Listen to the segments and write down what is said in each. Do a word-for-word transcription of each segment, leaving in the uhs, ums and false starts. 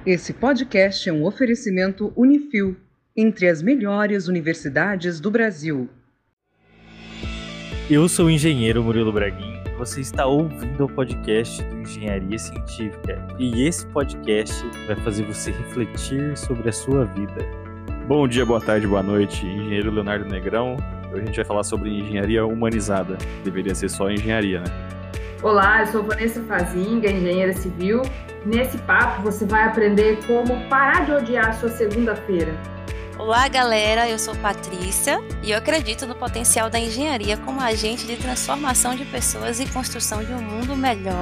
Esse podcast é um oferecimento Unifil, entre as melhores universidades do Brasil. Eu sou o engenheiro Murilo Braguin e você está ouvindo o podcast do Engenharia Científica. E esse podcast vai fazer você refletir sobre a sua vida. Bom dia, boa tarde, boa noite, engenheiro Leonardo Negrão. Hoje a gente vai falar sobre engenharia humanizada. Deveria ser só engenharia, né? Olá, eu sou Vanessa Fazinga, engenheira civil. Nesse papo você vai aprender como parar de odiar a sua segunda-feira. Olá, galera, eu sou Patrícia e eu acredito no potencial da engenharia como agente de transformação de pessoas e construção de um mundo melhor.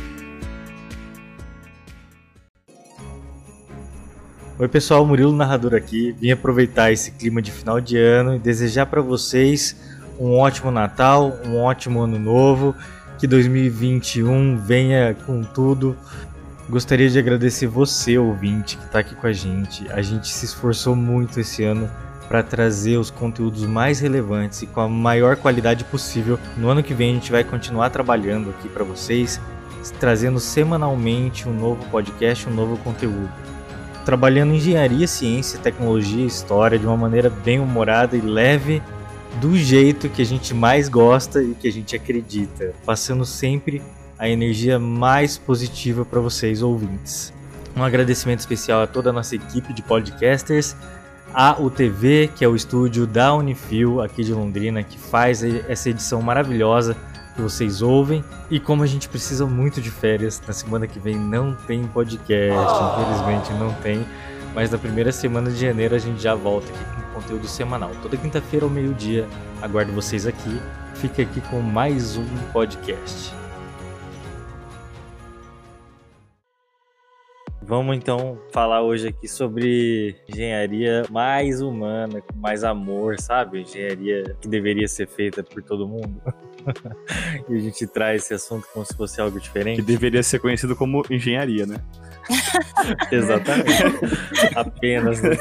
Oi pessoal, Murilo Narrador aqui. Vim aproveitar esse clima de final de ano e desejar para vocês um ótimo Natal, um ótimo Ano Novo, que dois mil e vinte e um venha com tudo. Gostaria de agradecer você, ouvinte, que está aqui com a gente. A gente se esforçou muito esse ano para trazer os conteúdos mais relevantes e com a maior qualidade possível. No ano que vem a gente vai continuar trabalhando aqui para vocês, trazendo semanalmente um novo podcast, um novo conteúdo. Trabalhando em engenharia, ciência, tecnologia e história de uma maneira bem humorada e leve, do jeito que a gente mais gosta e que a gente acredita, passando sempre a energia mais positiva para vocês, ouvintes. Um agradecimento especial a toda a nossa equipe de podcasters, a U T V, que é o estúdio da Unifil aqui de Londrina, que faz essa edição maravilhosa que vocês ouvem. E como a gente precisa muito de férias, na semana que vem não tem podcast, oh. Infelizmente não tem, mas na primeira semana de janeiro a gente já volta aqui com conteúdo semanal. Toda quinta-feira ao meio-dia, aguardo vocês aqui. Fica aqui com mais um podcast. Vamos então falar hoje aqui sobre engenharia mais humana, com mais amor, sabe? Engenharia que deveria ser feita por todo mundo. E a gente traz esse assunto como se fosse algo diferente. Que deveria ser conhecido como engenharia, né? Exatamente. Apenas, né?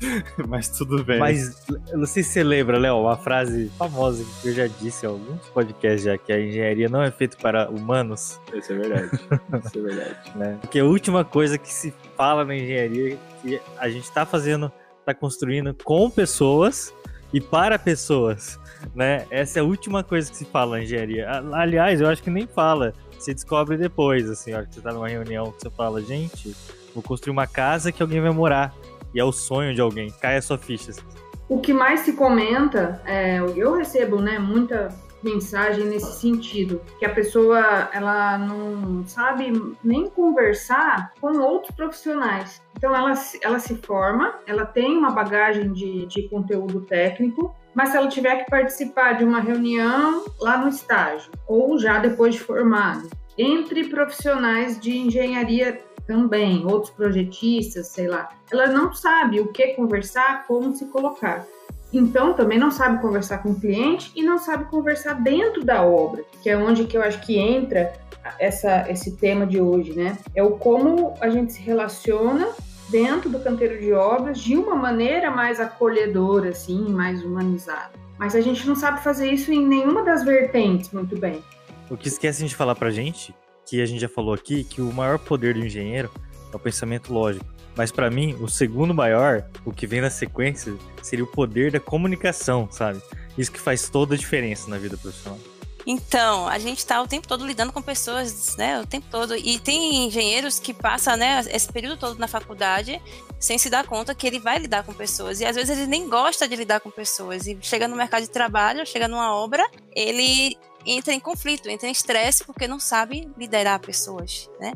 Mas tudo bem. Mas eu não sei se você lembra, Léo, uma frase famosa que eu já disse em alguns podcasts já, que a engenharia não é feita para humanos. Isso é verdade. Isso é verdade. Né? Porque a última coisa que se fala na engenharia é que a gente está fazendo, está construindo com pessoas e para pessoas, né? Essa é a última coisa que se fala na engenharia. Aliás, eu acho que nem fala. Você descobre depois, assim, ó, que você tá numa reunião que você fala, gente, vou construir uma casa que alguém vai morar. E é o sonho de alguém, cai a sua ficha. O que mais se comenta, é, eu recebo, né, muita mensagem nesse sentido, que a pessoa, ela não sabe nem conversar com outros profissionais. Então, ela, ela se forma, ela tem uma bagagem de, de conteúdo técnico, mas se ela tiver que participar de uma reunião lá no estágio, ou já depois de formado, entre profissionais de engenharia também, outros projetistas, sei lá, ela não sabe o que conversar, como se colocar. Então, também não sabe conversar com o cliente e não sabe conversar dentro da obra, que é onde que eu acho que entra essa, esse tema de hoje, né? É o como a gente se relaciona dentro do canteiro de obras de uma maneira mais acolhedora, assim, mais humanizada. Mas a gente não sabe fazer isso em nenhuma das vertentes muito bem. O que esquecem de falar pra gente, que a gente já falou aqui, que o maior poder do engenheiro é o pensamento lógico. Mas pra mim, o segundo maior, o que vem na sequência, seria o poder da comunicação, sabe? Isso que faz toda a diferença na vida profissional. Então, a gente está o tempo todo lidando com pessoas, né, o tempo todo, e tem engenheiros que passam, né, esse período todo na faculdade sem se dar conta que ele vai lidar com pessoas, e às vezes ele nem gosta de lidar com pessoas, e chega no mercado de trabalho, chega numa obra, ele entra em conflito, entra em estresse porque não sabe liderar pessoas, né?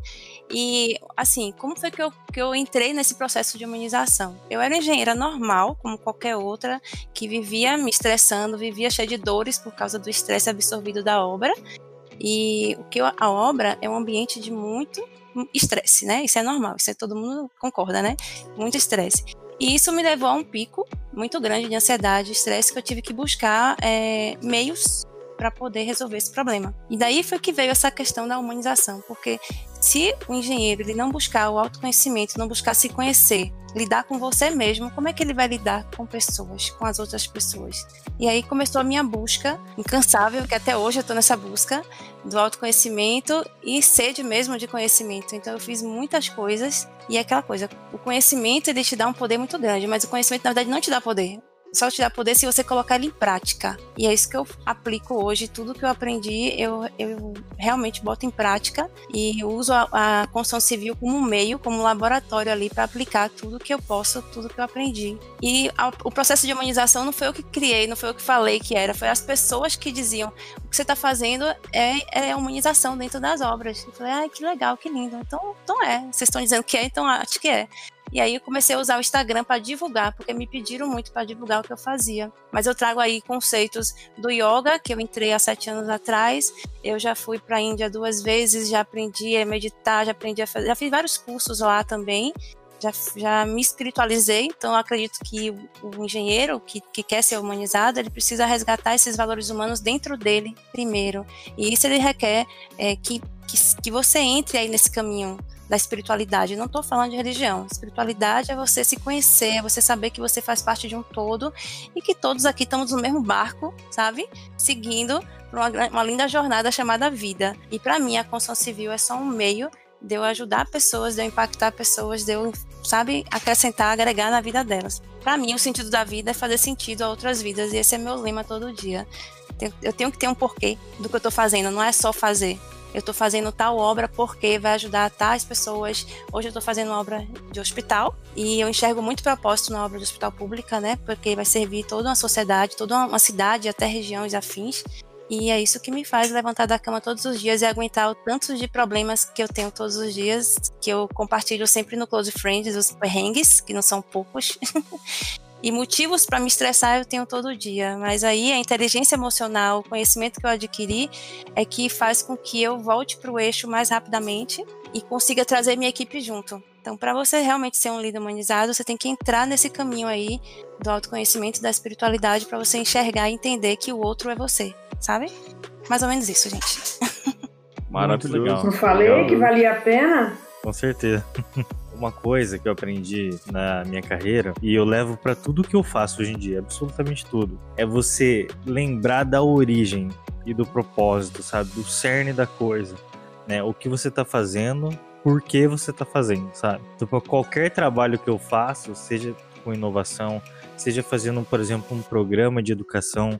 E, assim, como foi que eu, que eu entrei nesse processo de humanização? Eu era engenheira normal, como qualquer outra, que vivia me estressando, vivia cheia de dores por causa do estresse absorvido da obra. E o que eu, a obra é um ambiente de muito estresse, né? Isso é normal, isso é, todo mundo concorda, né? Muito estresse. E isso me levou a um pico muito grande de ansiedade, estresse, que eu tive que buscar é, meios para poder resolver esse problema. E daí foi que veio essa questão da humanização, porque Se o engenheiro ele não buscar o autoconhecimento, não buscar se conhecer, lidar com você mesmo, como é que ele vai lidar com pessoas, com as outras pessoas? E aí começou a minha busca incansável, que até hoje eu estou nessa busca do autoconhecimento e sede mesmo de conhecimento. Então eu fiz muitas coisas e é aquela coisa, o conhecimento ele te dá um poder muito grande, mas o conhecimento na verdade não te dá poder. Só te dá poder se você colocar ele em prática. E é isso que eu aplico hoje. Tudo que eu aprendi, eu, eu realmente boto em prática e uso a, a construção civil como um meio, como um laboratório ali para aplicar tudo que eu posso, tudo que eu aprendi. E a, o processo de humanização não foi eu que criei, não foi eu que falei que era, foi as pessoas que diziam o que você está fazendo é, é humanização dentro das obras. Eu falei, ai, que legal, que lindo. Então, então é. Vocês estão dizendo que é, então acho que é. E aí eu comecei a usar o Instagram para divulgar, porque me pediram muito para divulgar o que eu fazia. Mas eu trago aí conceitos do yoga, que eu entrei há sete anos atrás. Eu já fui para a Índia duas vezes, já aprendi a meditar, já aprendi a fazer, já fiz vários cursos lá também. Já, já me espiritualizei, então eu acredito que o engenheiro que, que quer ser humanizado, ele precisa resgatar esses valores humanos dentro dele primeiro. E isso ele requer é, que, que, que você entre aí nesse caminho da espiritualidade. Eu não estou falando de religião. Espiritualidade é você se conhecer, é você saber que você faz parte de um todo e que todos aqui estamos no mesmo barco, sabe? Seguindo uma, uma linda jornada chamada vida. E para mim a construção civil é só um meio de eu ajudar pessoas, de eu impactar pessoas, de eu, sabe, acrescentar, agregar na vida delas. Para mim o sentido da vida é fazer sentido a outras vidas e esse é meu lema todo dia. Eu tenho que ter um porquê do que eu estou fazendo, não é só fazer. Eu estou fazendo tal obra porque vai ajudar tais pessoas. Hoje eu estou fazendo uma obra de hospital e eu enxergo muito propósito na obra de hospital pública, né? Porque vai servir toda uma sociedade, toda uma cidade, até regiões afins. E é isso que me faz levantar da cama todos os dias e aguentar o tanto de problemas que eu tenho todos os dias, que eu compartilho sempre no Close Friends, os perrengues, que não são poucos. E motivos para me estressar eu tenho todo dia, mas aí a inteligência emocional, o conhecimento que eu adquiri é que faz com que eu volte para o eixo mais rapidamente e consiga trazer minha equipe junto. Então, para você realmente ser um líder humanizado, você tem que entrar nesse caminho aí do autoconhecimento e da espiritualidade para você enxergar e entender que o outro é você, sabe? Mais ou menos isso, gente. Maravilhoso. Não falei legal, que valia a pena? Com certeza. Uma coisa que eu aprendi na minha carreira e eu levo pra tudo que eu faço hoje em dia, absolutamente tudo, é você lembrar da origem e do propósito, sabe? Do cerne da coisa, né? O que você tá fazendo, por que você tá fazendo, sabe? Então, pra qualquer trabalho que eu faço, seja com inovação, seja fazendo, por exemplo, um programa de educação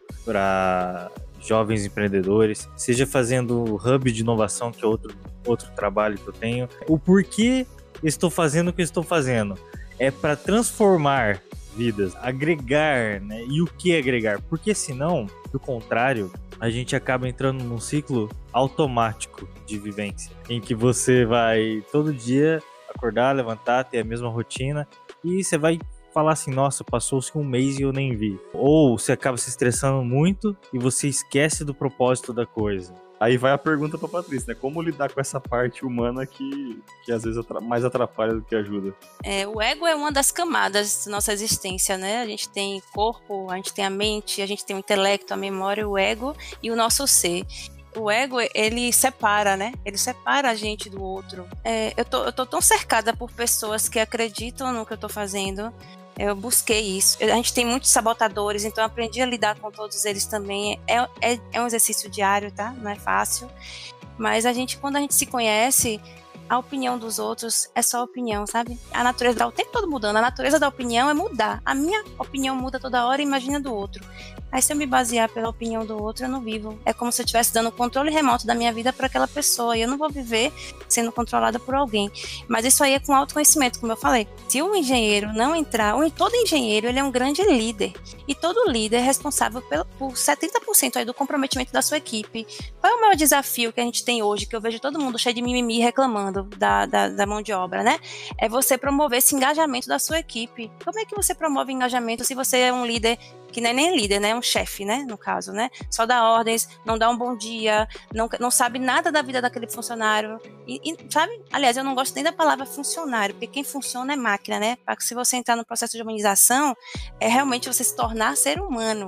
para jovens empreendedores, seja fazendo hub de inovação, que é outro, outro trabalho que eu tenho, o porquê estou fazendo o que estou fazendo é para transformar vidas, agregar, né? E o que agregar? Porque senão, do contrário, a gente acaba entrando num ciclo automático de vivência, em que você vai todo dia acordar, levantar, ter a mesma rotina e você vai falar assim, nossa, passou-se um mês e eu nem vi. Ou você acaba se estressando muito e você esquece do propósito da coisa. Aí vai a pergunta pra Patrícia, né? Como lidar com essa parte humana que, que às vezes atra- mais atrapalha do que ajuda? É, o ego é uma das camadas da nossa existência, né? A gente tem corpo, a gente tem a mente, a gente tem o intelecto, a memória, o ego e o nosso ser. O ego, ele separa, né? Ele separa a gente do outro. É, eu, tô, eu tô tão cercada por pessoas que acreditam no que eu tô fazendo. Eu busquei isso. A gente tem muitos sabotadores, então eu aprendi a lidar com todos eles também. É, é, é um exercício diário, tá? Não é fácil. Mas a gente, quando a gente se conhece, a opinião dos outros é só opinião, sabe? A natureza está o tempo todo mudando. A natureza da opinião é mudar. A minha opinião muda toda hora, imagina do outro. Aí se eu me basear pela opinião do outro, eu não vivo. É como se eu estivesse dando o controle remoto da minha vida para aquela pessoa. E eu não vou viver sendo controlada por alguém. Mas isso aí é com autoconhecimento, como eu falei. Se um engenheiro não entrar... Todo engenheiro, ele é um grande líder. E todo líder é responsável pelo, por setenta por cento aí do comprometimento da sua equipe. Qual é o maior desafio que a gente tem hoje? Que eu vejo todo mundo cheio de mimimi reclamando da, da, da mão de obra, né? É você promover esse engajamento da sua equipe. Como é que você promove engajamento se você é um líder... que não é nem líder, né? É um chefe, né? No caso, né? Só dá ordens, não dá um bom dia, não, não sabe nada da vida daquele funcionário. E, e, sabe? Aliás, eu não gosto nem da palavra funcionário, porque quem funciona é máquina, né? Para que se você entrar no processo de humanização, é realmente você se tornar ser humano.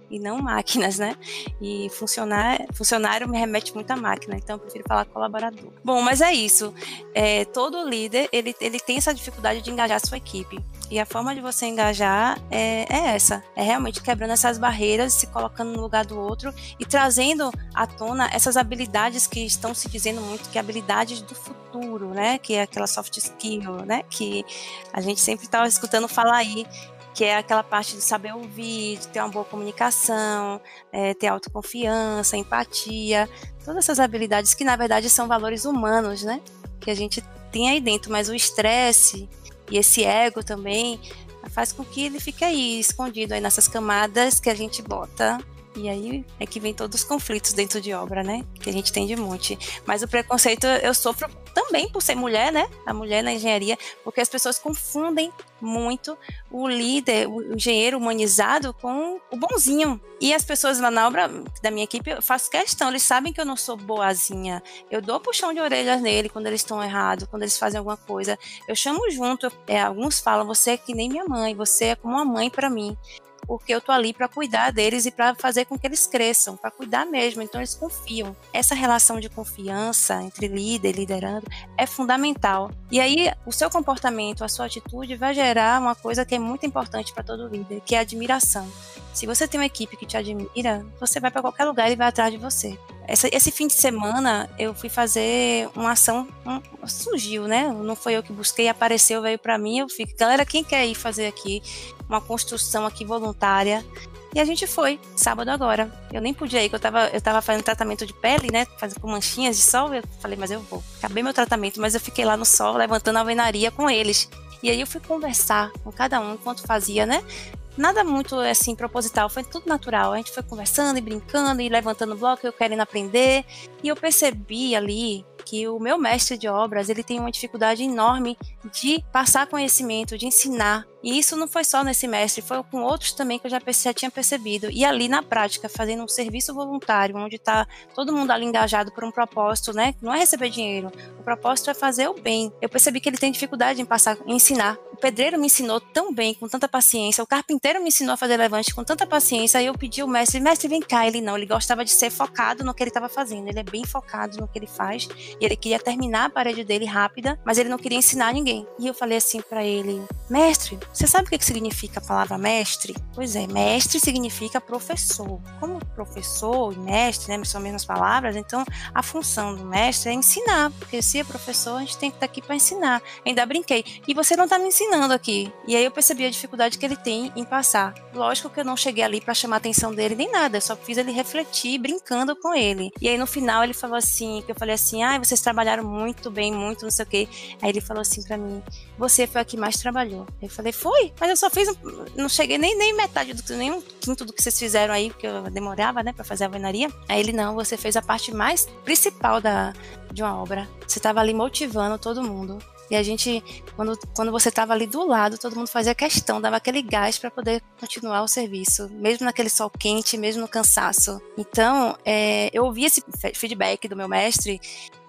e não máquinas, né? E funcionar, funcionário me remete muito à máquina, então eu prefiro falar colaborador. Bom, mas é isso. É, todo líder, ele, ele tem essa dificuldade de engajar a sua equipe. E a forma de você engajar é, é essa. É realmente quebrando essas barreiras, se colocando no lugar do outro e trazendo à tona essas habilidades que estão se dizendo muito que é habilidades do futuro, né? Que é aquela soft skill, né? Que a gente sempre está escutando falar aí, que é aquela parte de saber ouvir, de ter uma boa comunicação, é, ter autoconfiança, empatia, todas essas habilidades que na verdade são valores humanos, né? Que a gente tem aí dentro, mas o estresse e esse ego também faz com que ele fique aí, escondido aí nessas camadas que a gente bota. E aí é que vem todos os conflitos dentro de obra, né? Que a gente tem de monte. Mas o preconceito eu sofro também por ser mulher, né? A mulher na engenharia, porque as pessoas confundem muito o líder, o engenheiro humanizado com o bonzinho. E as pessoas lá na obra da minha equipe, eu faço questão, eles sabem que eu não sou boazinha. Eu dou puxão de orelhas nele quando eles estão errados, quando eles fazem alguma coisa. Eu chamo junto, é, alguns falam, você é que nem minha mãe, você é como uma mãe para mim. Porque eu tô ali para cuidar deles e para fazer com que eles cresçam, para cuidar mesmo, então eles confiam. Essa relação de confiança entre líder e liderando é fundamental. E aí, o seu comportamento, a sua atitude vai gerar uma coisa que é muito importante para todo líder, que é a admiração. Se você tem uma equipe que te admira, você vai para qualquer lugar e vai atrás de você. Essa, esse fim de semana, eu fui fazer uma ação, um, surgiu, né? Não foi eu que busquei, apareceu, veio para mim, eu fico, galera, quem quer ir fazer aqui uma construção aqui voluntária? E a gente foi, sábado agora. Eu nem podia ir, porque eu tava, eu tava fazendo tratamento de pele, né? Fazendo com manchinhas de sol, eu falei, mas eu vou. Acabei meu tratamento, mas eu fiquei lá no sol, levantando a alvenaria com eles. E aí eu fui conversar com cada um, enquanto fazia, né? Nada muito, assim, proposital, foi tudo natural. A gente foi conversando e brincando e levantando o bloco, eu querendo aprender. E eu percebi ali que o meu mestre de obras, ele tem uma dificuldade enorme de passar conhecimento, de ensinar. E isso não foi só nesse mestre, foi com outros também que eu já, já tinha percebido. E ali na prática, fazendo um serviço voluntário, onde está todo mundo ali engajado por um propósito, né? Não é receber dinheiro, o propósito é fazer o bem. Eu percebi que ele tem dificuldade em passar, em ensinar. O pedreiro me ensinou tão bem, com tanta paciência, o carpinteiro me ensinou a fazer levante com tanta paciência, aí eu pedi ao mestre, mestre, vem cá. Ele não, ele gostava de ser focado no que ele estava fazendo, ele é bem focado no que ele faz, e ele queria terminar a parede dele rápida, mas ele não queria ensinar ninguém. E eu falei assim para ele, mestre, você sabe o que significa a palavra mestre? Pois é, mestre significa professor. Como professor e mestre, né, são as mesmas palavras, então a função do mestre é ensinar, porque se é professor, a gente tem que estar aqui para ensinar. Ainda brinquei, e você não está me ensinando aqui. E aí eu percebi a dificuldade que ele tem em passar. Lógico que eu não cheguei ali para chamar a atenção dele nem nada, eu só fiz ele refletir brincando com ele. E aí no final ele falou assim, que eu falei assim, ah, vocês trabalharam muito bem, muito não sei o quê. Aí ele falou assim para mim, você foi a que mais trabalhou. Eu falei, foi? Mas eu só fiz, não cheguei nem, nem metade, do, nem um quinto do que vocês fizeram aí, porque eu demorava, né, pra fazer a alvenaria. Aí ele, não, você fez a parte mais principal da, de uma obra. Você tava ali motivando todo mundo. E a gente, quando, quando você estava ali do lado, todo mundo fazia questão, dava aquele gás para poder continuar o serviço, mesmo naquele sol quente, mesmo no cansaço. Então, é, eu ouvi esse feedback do meu mestre,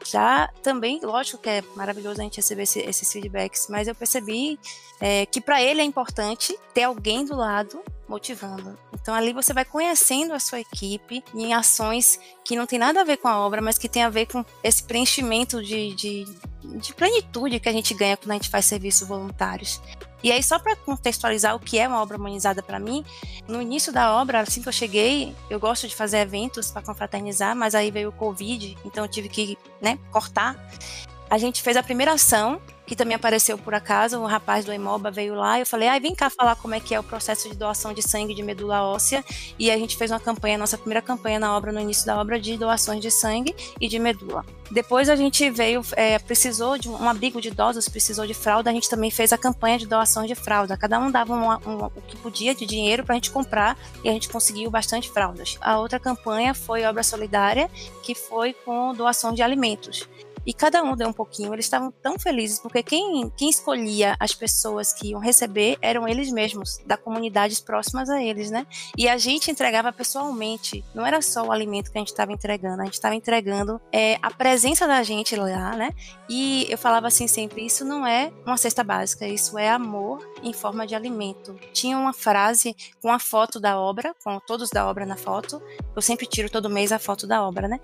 já também, lógico que é maravilhoso a gente receber esse, esses feedbacks, mas eu percebi é, que para ele é importante ter alguém do lado motivando. Então ali você vai conhecendo a sua equipe em ações que não tem nada a ver com a obra, mas que tem a ver com esse preenchimento de, de, de plenitude que a gente ganha quando a gente faz serviços voluntários. E aí, só para contextualizar o que é uma obra humanizada para mim, no início da obra, assim que eu cheguei, eu gosto de fazer eventos para confraternizar, mas aí veio o Covid, então eu tive que, né, cortar. A gente fez a primeira ação, que também apareceu por acaso, um rapaz do Emoba veio lá, eu falei, ah, vem cá falar como é que é o processo de doação de sangue de medula óssea, e a gente fez uma campanha, nossa primeira campanha na obra, no início da obra, de doações de sangue e de medula. Depois a gente veio, é, precisou de um abrigo de idosos, precisou de fralda, a gente também fez a campanha de doação de fralda, cada um dava um, um, o que podia de dinheiro pra gente comprar, e a gente conseguiu bastante fraldas. A outra campanha foi obra solidária, que foi com doação de alimentos. e cada um deu um pouquinho. Eles estavam tão felizes, porque quem, quem escolhia as pessoas que iam receber eram eles mesmos, da comunidades próximas a eles, né? E a gente entregava pessoalmente, não era só o alimento que a gente estava entregando, a gente estava entregando é, a presença da gente lá, né? E eu falava assim sempre, isso não é uma cesta básica, isso é amor em forma de alimento. Tinha uma frase com a foto da obra, com todos da obra na foto, eu sempre tiro todo mês a foto da obra, né?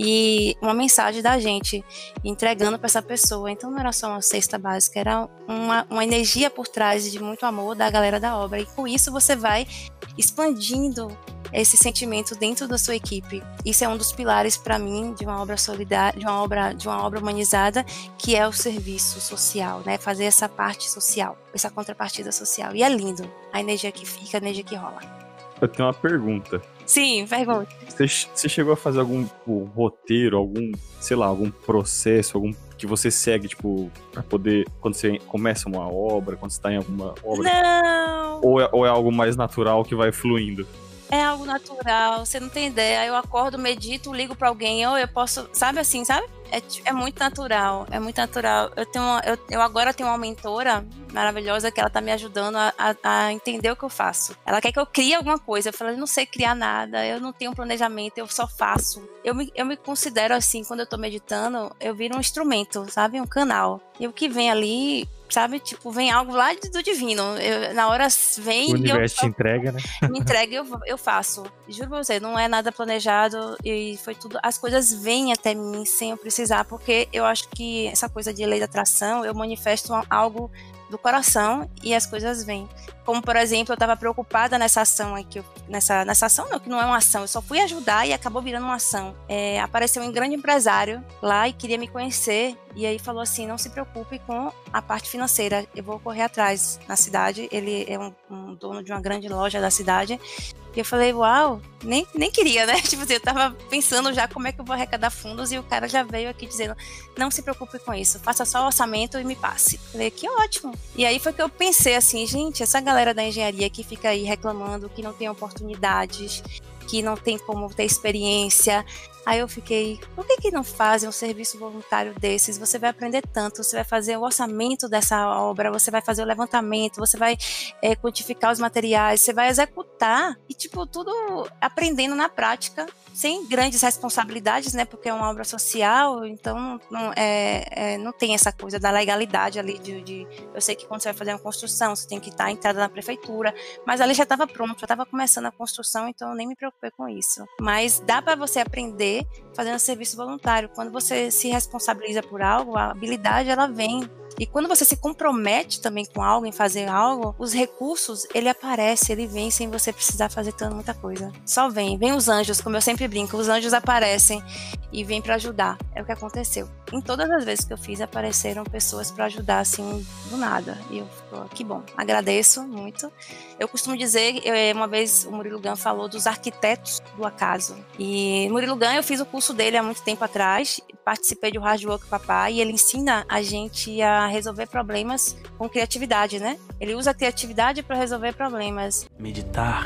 E uma mensagem da gente entregando para essa pessoa. Então não era só uma cesta básica, era uma, uma energia por trás de muito amor da galera da obra. E com isso você vai expandindo esse sentimento dentro da sua equipe. Isso é um dos pilares para mim de uma obra solidária, de uma obra, de uma obra humanizada, que é o serviço social, né? Fazer essa parte social, essa contrapartida social. E é lindo a energia que fica, a energia que rola. Eu tenho uma pergunta. Sim, pergunta. Você, você chegou a fazer algum tipo, roteiro, algum, sei lá, algum processo, algum que você segue, tipo, pra poder, quando você começa uma obra, quando você tá em alguma obra? Não! Ou é, ou é algo mais natural que vai fluindo? É algo natural, você não tem ideia. Eu acordo, medito, ligo pra alguém, ou eu posso, sabe assim, sabe? É, é muito natural, é muito natural. Eu, tenho uma, eu, eu agora tenho uma mentora maravilhosa que ela tá me ajudando a, a, a entender o que eu faço. Ela quer que eu crie alguma coisa. Eu falo, eu não sei criar nada, eu não tenho um planejamento, eu só faço. Eu me, eu me considero assim, quando eu tô meditando, eu viro um instrumento, sabe? Um canal. E o que vem ali, sabe? Tipo, vem algo lá do divino. Eu, na hora vem... O universo eu, te entrega, né? Me entrega e eu, eu faço. Juro pra você, não é nada planejado e foi tudo... As coisas vêm até mim sem eu precisar, porque eu acho que essa coisa de lei da atração, eu manifesto algo do coração e as coisas vêm. Como, por exemplo, eu estava preocupada nessa ação aqui, nessa, nessa ação não, que não é uma ação, eu só fui ajudar e acabou virando uma ação. É, apareceu um grande empresário lá e queria me conhecer, e aí falou assim, não se preocupe com a parte financeira, eu vou correr atrás na cidade, ele é um, um dono de uma grande loja da cidade, e eu falei, uau, nem, nem queria, né? Tipo assim, eu tava pensando já como é que eu vou arrecadar fundos, e o cara já veio aqui dizendo, não se preocupe com isso, faça só o orçamento e me passe. Eu falei, que ótimo. E aí foi que eu pensei assim, gente, essa galera da engenharia que fica aí reclamando que não tem oportunidades, que não tem como ter experiência. Aí eu fiquei, por que que não fazem um serviço voluntário desses? Você vai aprender tanto, você vai fazer o orçamento dessa obra, você vai fazer o levantamento, você vai é, quantificar os materiais, você vai executar e, tipo, tudo aprendendo na prática, sem grandes responsabilidades, né? Porque é uma obra social, então não, não, é, é, não tem essa coisa da legalidade ali de, de... Eu sei que quando você vai fazer uma construção, você tem que estar entrada na prefeitura, mas ali já estava pronto, já estava começando a construção, então eu nem me preocupei com isso. Mas dá para você aprender fazendo serviço voluntário. Quando você se responsabiliza por algo, a habilidade ela vem. E quando você se compromete também com algo, em fazer algo, os recursos, ele aparece, ele vem sem você precisar fazer tanta muita coisa. Só vem. Vem os anjos, como eu sempre brinco, os anjos aparecem e vêm para ajudar. É o que aconteceu. Em todas as vezes que eu fiz, apareceram pessoas para ajudar, assim, do nada. E eu fico, que bom. Agradeço muito. Eu costumo dizer, eu, uma vez o Murilo Gun falou dos arquitetos do acaso. E Murilo Gun, eu fiz o curso dele há muito tempo atrás, participei do Hard Work Papai, e ele ensina a gente a resolver problemas com criatividade, né? Ele usa a criatividade para resolver problemas. Meditar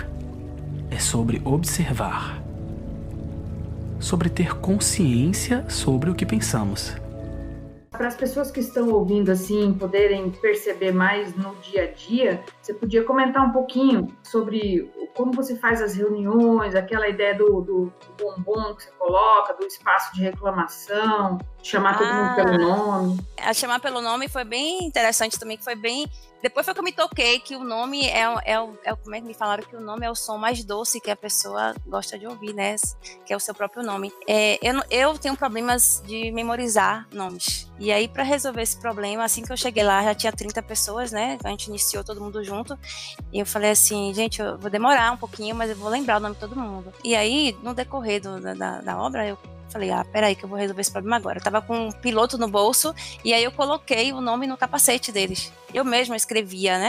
é sobre observar, sobre ter consciência sobre o que pensamos. Para as pessoas que estão ouvindo assim, poderem perceber mais no dia a dia, você podia comentar um pouquinho sobre como você faz as reuniões, aquela ideia do, do, do bombom que você coloca, do espaço de reclamação, chamar ah, todo mundo pelo nome. A chamar pelo nome foi bem interessante também, que foi bem... Depois foi que eu me toquei que o nome é, é, é, é como é que me falaram que o nome é o som mais doce que a pessoa gosta de ouvir, né? Que é o seu próprio nome. É, eu, eu tenho problemas de memorizar nomes. E aí, para resolver esse problema, assim que eu cheguei lá, já tinha trinta pessoas, né? A gente iniciou todo mundo junto. E eu falei assim, gente, eu vou demorar um pouquinho, mas eu vou lembrar o nome de todo mundo. E aí, no decorrer do, da, da obra, eu falei, ah, peraí que eu vou resolver esse problema agora. Eu tava com um piloto no bolso e aí eu coloquei o nome no capacete deles. Eu mesma escrevia, né?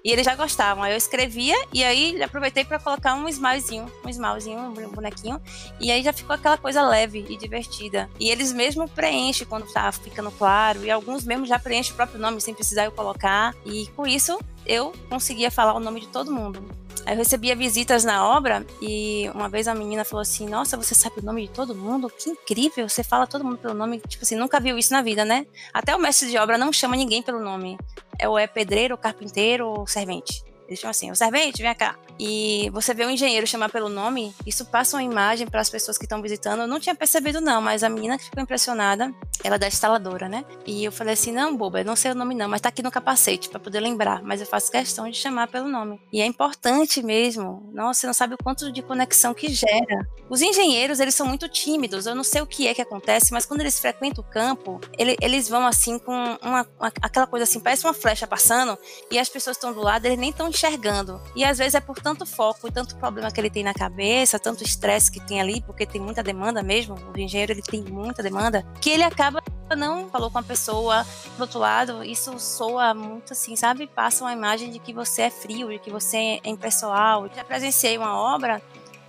E eles já gostavam. Aí eu escrevia e aí aproveitei para colocar um smilezinho, um smilezinho, um bonequinho. E aí já ficou aquela coisa leve e divertida. E eles mesmo preenchem quando tá ficando claro. E alguns mesmo já preenchem o próprio nome sem precisar eu colocar. E com isso eu conseguia falar o nome de todo mundo. Aí eu recebia visitas na obra e uma vez a menina falou assim, nossa, você sabe o nome de todo mundo? Que incrível, você fala todo mundo pelo nome. Tipo assim, nunca viu isso na vida, né? Até o mestre de obra não chama ninguém pelo nome. É ou é pedreiro, carpinteiro ou servente. Eles chamam assim, o servente, vem cá. E você vê o engenheiro chamar pelo nome, isso passa uma imagem para as pessoas que estão visitando. Eu não tinha percebido não, mas a menina que ficou impressionada, ela é da instaladora, né? E eu falei assim, não, boba, eu não sei o nome não, mas tá aqui no capacete para poder lembrar. Mas eu faço questão de chamar pelo nome. E é importante mesmo. Nossa, você não sabe o quanto de conexão que gera. Os engenheiros, eles são muito tímidos. Eu não sei o que é que acontece, mas quando eles frequentam o campo, ele, eles vão assim com uma, uma, aquela coisa assim, parece uma flecha passando, e as pessoas estão do lado, eles nem estão enxergando. E às vezes é por tanto foco e tanto problema que ele tem na cabeça, tanto estresse que tem ali, porque tem muita demanda mesmo, o engenheiro ele tem muita demanda, que ele acaba não falou com a pessoa do outro lado, isso soa muito assim, sabe? Passa uma imagem de que você é frio, de que você é impessoal. Eu já presenciei uma obra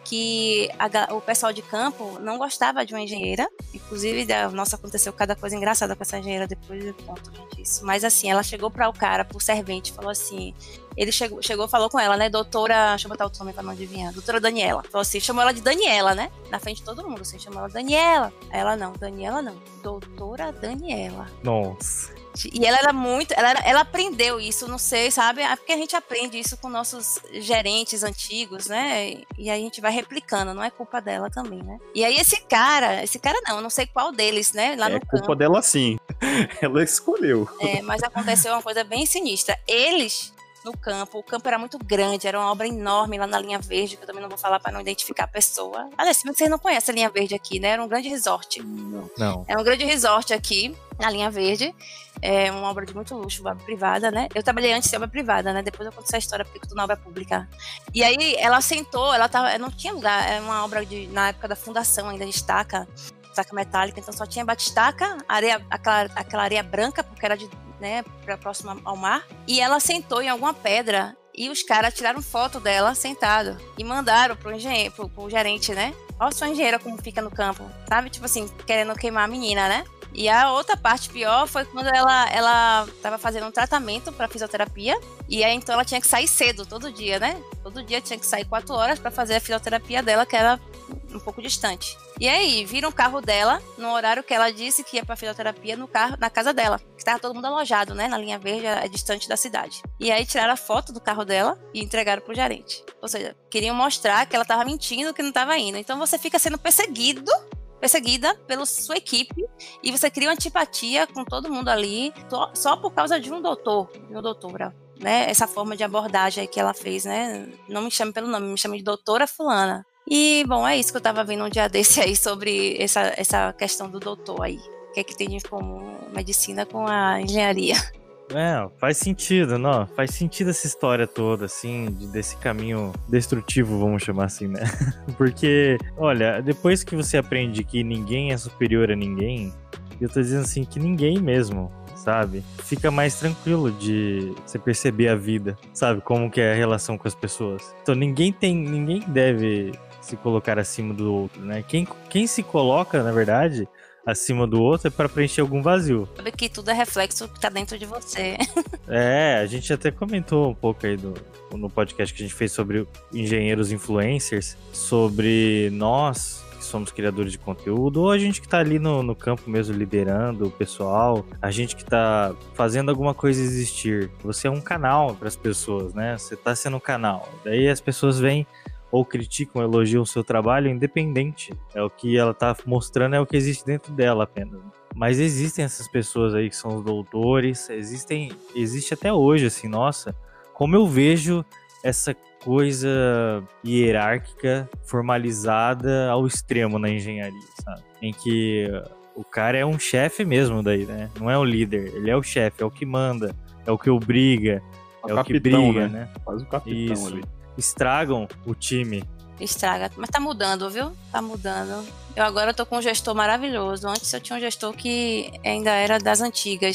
que a, o pessoal de campo não gostava de uma engenheira, inclusive, da, nossa, aconteceu cada coisa engraçada com essa engenheira, depois eu conto, gente, isso. Mas assim, ela chegou para o cara, pro servente, falou assim, ele chegou, chegou falou com ela, né, doutora, deixa eu botar o nome pra não adivinhar, doutora Daniela, falou assim, chamou ela de Daniela, né, na frente de todo mundo, assim, chamou ela Daniela, ela não, Daniela não, doutora Daniela. Nossa. E ela era muito, ela, era, ela aprendeu isso, não sei, sabe? É porque a gente aprende isso com nossos gerentes antigos, né? E aí a gente vai replicando, não é culpa dela também, né? E aí esse cara, esse cara não, eu não sei qual deles, né? Lá é no culpa campo. dela sim, ela escolheu. É, mas aconteceu uma coisa bem sinistra. Eles, no campo, o campo era muito grande, era uma obra enorme lá na Linha Verde, que eu também não vou falar para não identificar a pessoa. Aliás, vocês não conhecem a Linha Verde aqui, né? Era um grande resort. Não. É um grande resort aqui, na Linha Verde. É uma obra de muito luxo, obra privada, né? Eu trabalhei antes de obra privada, né? Depois eu conto essa história porque eu tô na obra pública. E aí ela sentou, ela tava, não tinha lugar, era uma obra de, na época da fundação ainda de estaca, estaca metálica, então só tinha bate-estaca, areia, aquela, aquela areia branca, porque era de, né, pra próxima ao mar. E ela sentou em alguma pedra e os caras tiraram foto dela sentada e mandaram pro engenheiro, pro, pro gerente, né? Olha a sua engenheira como fica no campo, sabe? Tipo assim, querendo queimar a menina, né? E a outra parte pior foi quando ela, ela tava fazendo um tratamento para fisioterapia. E aí então ela tinha que sair cedo, todo dia, né? Todo dia tinha que sair quatro horas para fazer a fisioterapia dela, que era um pouco distante. E aí viram o carro dela no horário que ela disse que ia pra fisioterapia no carro, na casa dela. Que tava todo mundo alojado, né? Na Linha Verde, é distante da cidade. E aí tiraram a foto do carro dela e entregaram pro gerente. Ou seja, queriam mostrar que ela tava mentindo, que não tava indo. Então você fica sendo perseguido perseguida pela sua equipe e você cria uma antipatia com todo mundo ali só por causa de um doutor, de uma doutora, né? Essa forma de abordagem aí que ela fez, né? Não me chame pelo nome, me chame de doutora fulana. E, bom, é isso que eu tava vendo um dia desse aí sobre essa, essa questão do doutor aí. O que é que tem de comum medicina com a engenharia? É, faz sentido, não? Faz sentido essa história toda, assim, de, desse caminho destrutivo, vamos chamar assim, né? Porque, olha, depois que você aprende que ninguém é superior a ninguém, eu tô dizendo assim, que ninguém mesmo, sabe? Fica mais tranquilo de você perceber a vida, sabe? Como que é a relação com as pessoas. Então ninguém tem, ninguém deve se colocar acima do outro, né? Quem, quem se coloca, na verdade, acima do outro é para preencher algum vazio. Sabe que tudo é reflexo que tá dentro de você. É, a gente até comentou um pouco aí do, no podcast que a gente fez sobre engenheiros influencers, sobre nós que somos criadores de conteúdo, ou a gente que tá ali no, no campo mesmo liderando o pessoal, a gente que tá fazendo alguma coisa existir. Você é um canal para as pessoas, né? Você tá sendo um canal. Daí as pessoas vêm ou criticam, elogiam o seu trabalho, independente. É o que ela tá mostrando, é o que existe dentro dela apenas. Mas existem essas pessoas aí que são os doutores, existem, existe até hoje, assim, nossa, como eu vejo essa coisa hierárquica, formalizada ao extremo na engenharia, sabe? Em que o cara é um chefe mesmo daí, né? Não é o líder, ele é o chefe, é o que manda, é o que obriga, o é capitão, o que briga, né? né? Faz o capitão Isso. ali. Estragam o time. Estraga. Mas tá mudando, viu? Tá mudando. Eu agora tô com um gestor maravilhoso. Antes eu tinha um gestor que ainda era das antigas.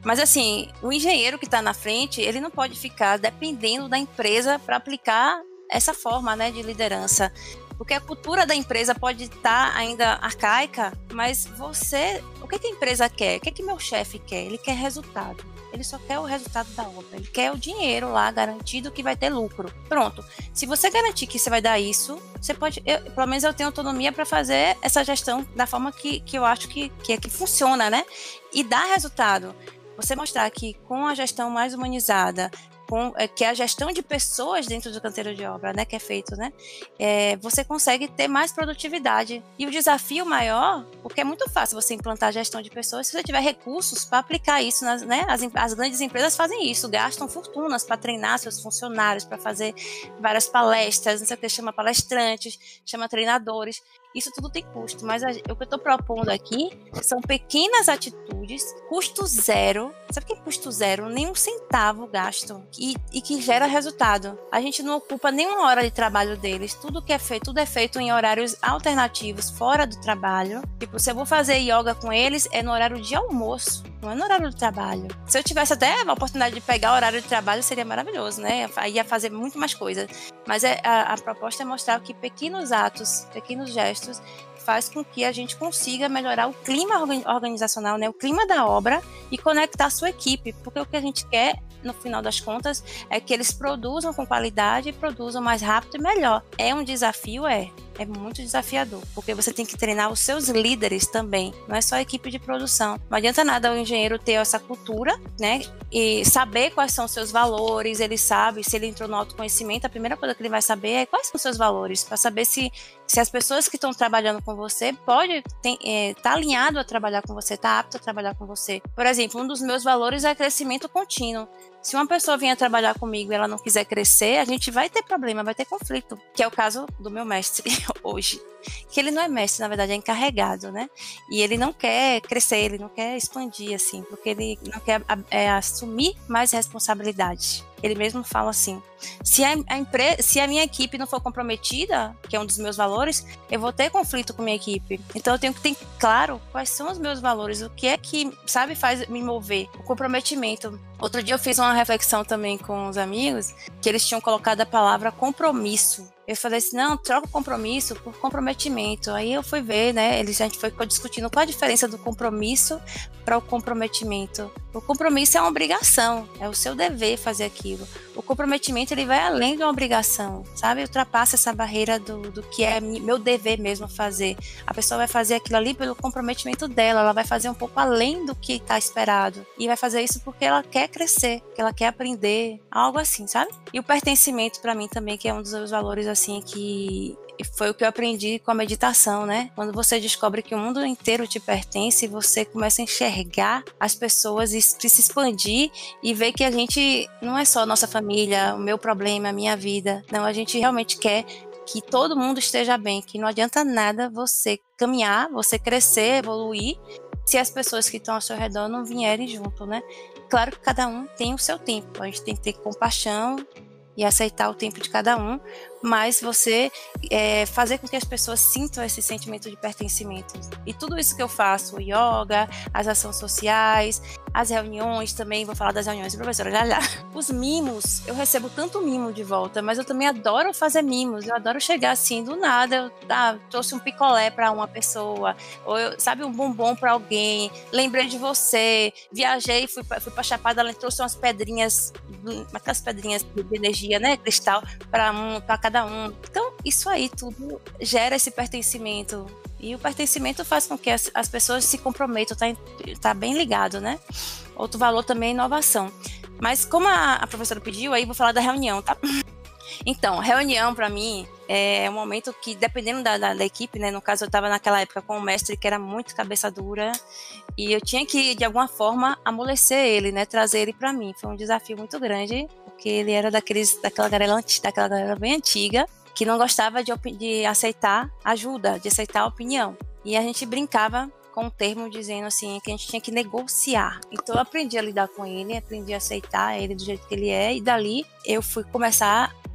Mas assim, o engenheiro que está na frente, ele não pode ficar dependendo da empresa para aplicar essa forma, né, de liderança. Porque a cultura da empresa pode estar ainda arcaica, mas você... O que, que a empresa quer? O que, que meu chefe quer? Ele quer resultado. Ele só quer o resultado da obra. Ele quer o dinheiro lá garantido que vai ter lucro. Pronto. Se você garantir que você vai dar isso, você pode... Eu, pelo menos eu tenho autonomia para fazer essa gestão da forma que, que eu acho que, que, é que funciona, né? E dá resultado. Você mostrar que com a gestão mais humanizada, com, é, que é a gestão de pessoas dentro do canteiro de obra, né, que é feito, né, é, você consegue ter mais produtividade. E o desafio maior, porque é muito fácil você implantar a gestão de pessoas se você tiver recursos para aplicar isso, nas, né, as, as grandes empresas fazem isso, gastam fortunas para treinar seus funcionários, para fazer várias palestras, não sei o que, chama palestrantes, chama treinadores. Isso tudo tem custo, mas a, o que eu estou propondo aqui são pequenas atitudes, custo zero. Sabe o que é custo zero? Nem um centavo gasto e, e que gera resultado. A gente não ocupa nenhuma hora de trabalho deles. Tudo que é feito, tudo é feito em horários alternativos, fora do trabalho. Tipo, se eu vou fazer yoga com eles, é no horário de almoço, não é no horário do trabalho. Se eu tivesse até a oportunidade de pegar o horário de trabalho, seria maravilhoso, né? Eu ia fazer muito mais coisas. Mas é, a, a proposta é mostrar que pequenos atos, pequenos gestos, faz com que a gente consiga melhorar o clima organizacional, né, o clima da obra e conectar a sua equipe, porque o que a gente quer, no final das contas, é que eles produzam com qualidade e produzam mais rápido e melhor. É um desafio, é. É muito desafiador, porque você tem que treinar os seus líderes também, não é só a equipe de produção. Não adianta nada o engenheiro ter essa cultura, né, e saber quais são os seus valores, ele sabe, se ele entrou no autoconhecimento, a primeira coisa que ele vai saber é quais são os seus valores, para saber se, se as pessoas que estão trabalhando com você podem estar é, tá alinhado a trabalhar com você, tá apto a trabalhar com você. Por exemplo, um dos meus valores é crescimento contínuo. Se uma pessoa vier trabalhar comigo e ela não quiser crescer, a gente vai ter problema, vai ter conflito, que é o caso do meu mestre hoje. Que ele não é mestre, na verdade, é encarregado, né? E ele não quer crescer, ele não quer expandir, assim, porque ele não quer é, assumir mais responsabilidade. Ele mesmo fala assim, se a, a, empre- se a minha equipe não for comprometida, que é um dos meus valores, eu vou ter conflito com a minha equipe. Então eu tenho que ter claro quais são os meus valores, o que é que, sabe, faz me mover, o comprometimento. Outro dia eu fiz uma reflexão também com os amigos, que eles tinham colocado a palavra compromisso. Eu falei assim, não, troca o compromisso por comprometimento. Aí eu fui ver, né, eles, a gente foi discutindo qual a diferença do compromisso para o comprometimento. O compromisso é uma obrigação, é o seu dever fazer aquilo. O comprometimento, ele vai além de uma obrigação, sabe? Ultrapassa essa barreira do, do que é meu dever mesmo fazer. A pessoa vai fazer aquilo ali pelo comprometimento dela, ela vai fazer um pouco além do que está esperado. E vai fazer isso porque ela quer crescer, porque ela quer aprender, algo assim, sabe? E o pertencimento, para mim, também, que é um dos meus valores, assim, que foi o que eu aprendi com a meditação, né? Quando você descobre que o mundo inteiro te pertence, você começa a enxergar as pessoas e se expandir e ver que a gente não é só a nossa família, o meu problema, a minha vida. Não, a gente realmente quer que todo mundo esteja bem, que não adianta nada você caminhar, você crescer, evoluir, se as pessoas que estão ao seu redor não vierem junto, né? Claro que cada um tem o seu tempo, a gente tem que ter compaixão e aceitar o tempo de cada um, mas você é, fazer com que as pessoas sintam esse sentimento de pertencimento. E tudo isso que eu faço, o yoga, as ações sociais, as reuniões também, vou falar das reuniões, professora, já já. Os mimos, eu recebo tanto mimo de volta, mas eu também adoro fazer mimos, eu adoro chegar assim, do nada, eu ah, trouxe um picolé para uma pessoa, ou eu, sabe, um bombom para alguém, lembrei de você, viajei, fui pra, fui pra Chapada, ela trouxe umas pedrinhas, aquelas pedrinhas de energia, né, cristal, para um, para cada um. Então, isso aí tudo gera esse pertencimento. E o pertencimento faz com que as, as pessoas se comprometam, tá, tá bem ligado, né? Outro valor também é inovação. Mas como a, a professora pediu, aí vou falar da reunião, tá? Então, reunião para mim é um momento que, dependendo da, da, da equipe, né? No caso, eu estava naquela época com um mestre que era muito cabeça dura e eu tinha que, de alguma forma, amolecer ele, né? Trazer ele para mim. Foi um desafio muito grande, porque ele era daqueles, daquela galera, daquela galera bem antiga, que não gostava de, de aceitar ajuda, de aceitar opinião. E a gente brincava com um termo dizendo assim, que a gente tinha que negociar. Então eu aprendi a lidar com ele, aprendi a aceitar ele do jeito que ele é, e dali eu fui começar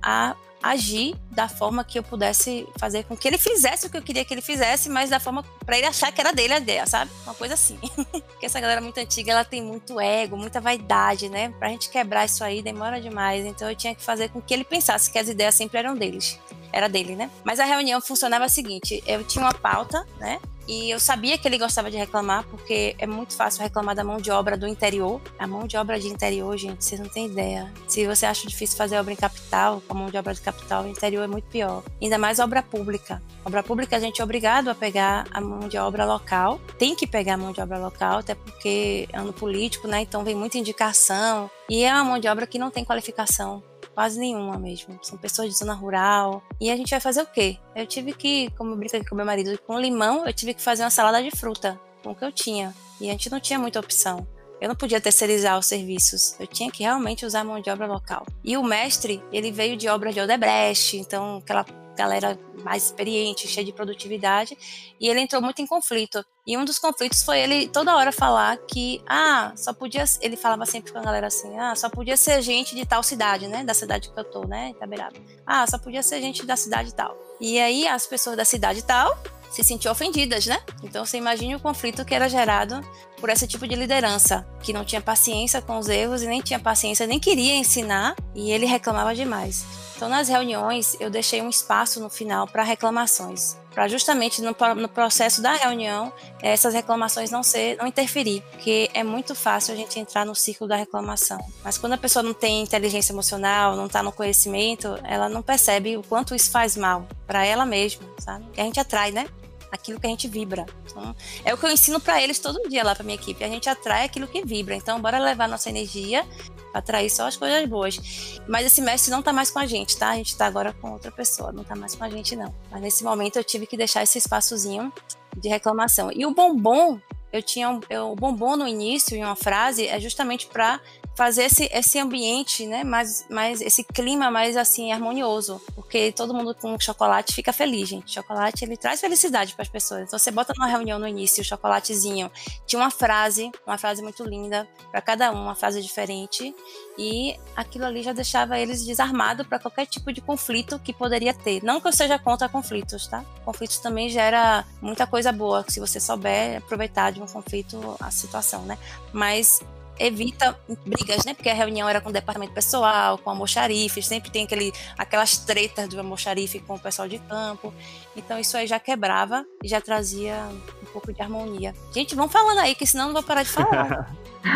a agir da forma que eu pudesse fazer com que ele fizesse o que eu queria que ele fizesse, mas da forma pra ele achar que era dele a ideia, sabe? Uma coisa assim. Porque essa galera muito antiga, ela tem muito ego, muita vaidade, né? Pra gente quebrar isso aí demora demais, então eu tinha que fazer com que ele pensasse que as ideias sempre eram deles. Era dele, né? Mas a reunião funcionava o seguinte, eu tinha uma pauta, né? E eu sabia que ele gostava de reclamar, porque é muito fácil reclamar da mão de obra do interior. A mão de obra de interior, gente, vocês não têm ideia. Se você acha difícil fazer obra em capital, com a mão de obra de capital, o interior é muito pior. Ainda mais obra pública. Obra pública a gente é obrigado a pegar a mão de obra local. Tem que pegar a mão de obra local, até porque é ano político, né? Então vem muita indicação. E é uma mão de obra que não tem qualificação. Quase nenhuma mesmo. São pessoas de zona rural. E a gente vai fazer o quê? Eu tive que, como eu brinco aqui com meu marido, com limão, eu tive que fazer uma salada de fruta, com o que eu tinha. E a gente não tinha muita opção. Eu não podia terceirizar os serviços. Eu tinha que realmente usar a mão de obra local. E o mestre, ele veio de obra de Odebrecht, então aquela galera mais experiente, cheia de produtividade, e ele entrou muito em conflito. E um dos conflitos foi ele toda hora falar que, ah, só podia, ele falava sempre com a galera assim, ah, só podia ser gente de tal cidade, né, da cidade que eu tô, né, Itaberaba. Ah, só podia ser gente da cidade tal. E aí as pessoas da cidade tal se sentiam ofendidas, né? Então você imagine o conflito que era gerado por esse tipo de liderança, que não tinha paciência com os erros e nem tinha paciência, nem queria ensinar, e ele reclamava demais. Então nas reuniões eu deixei um espaço no final para reclamações, para justamente no, no processo da reunião essas reclamações não ser, não interferir, porque é muito fácil a gente entrar no círculo da reclamação. Mas quando a pessoa não tem inteligência emocional, não está no conhecimento, ela não percebe o quanto isso faz mal para ela mesma, sabe? E a gente atrai, né? Aquilo que a gente vibra. Então, é o que eu ensino para eles todo dia lá para minha equipe. A gente atrai aquilo que vibra. Então, bora levar nossa energia para atrair só as coisas boas. Mas esse mestre não tá mais com a gente, tá? A gente tá agora com outra pessoa, não tá mais com a gente, não. Mas nesse momento eu tive que deixar esse espaçozinho de reclamação. E o bombom, eu tinha um, eu, o bombom no início, em uma frase, é justamente para fazer esse, esse ambiente, né, mais, mais, esse clima mais, assim, harmonioso, porque todo mundo com chocolate fica feliz, gente. Chocolate, ele traz felicidade para as pessoas. Então, você bota numa reunião no início, o chocolatezinho, tinha uma frase, uma frase muito linda, para cada um, uma frase diferente, e aquilo ali já deixava eles desarmados para qualquer tipo de conflito que poderia ter. Não que eu seja contra conflitos, tá? Conflitos também gera muita coisa boa, se você souber aproveitar de um conflito a situação, né? Mas evita brigas, né? Porque a reunião era com o departamento pessoal, com o almoxarife, sempre tem aquele, aquelas tretas do almoxarife com o pessoal de campo. Então isso aí já quebrava e já trazia um pouco de harmonia. Gente, vamos falando aí, que senão eu não vou parar de falar.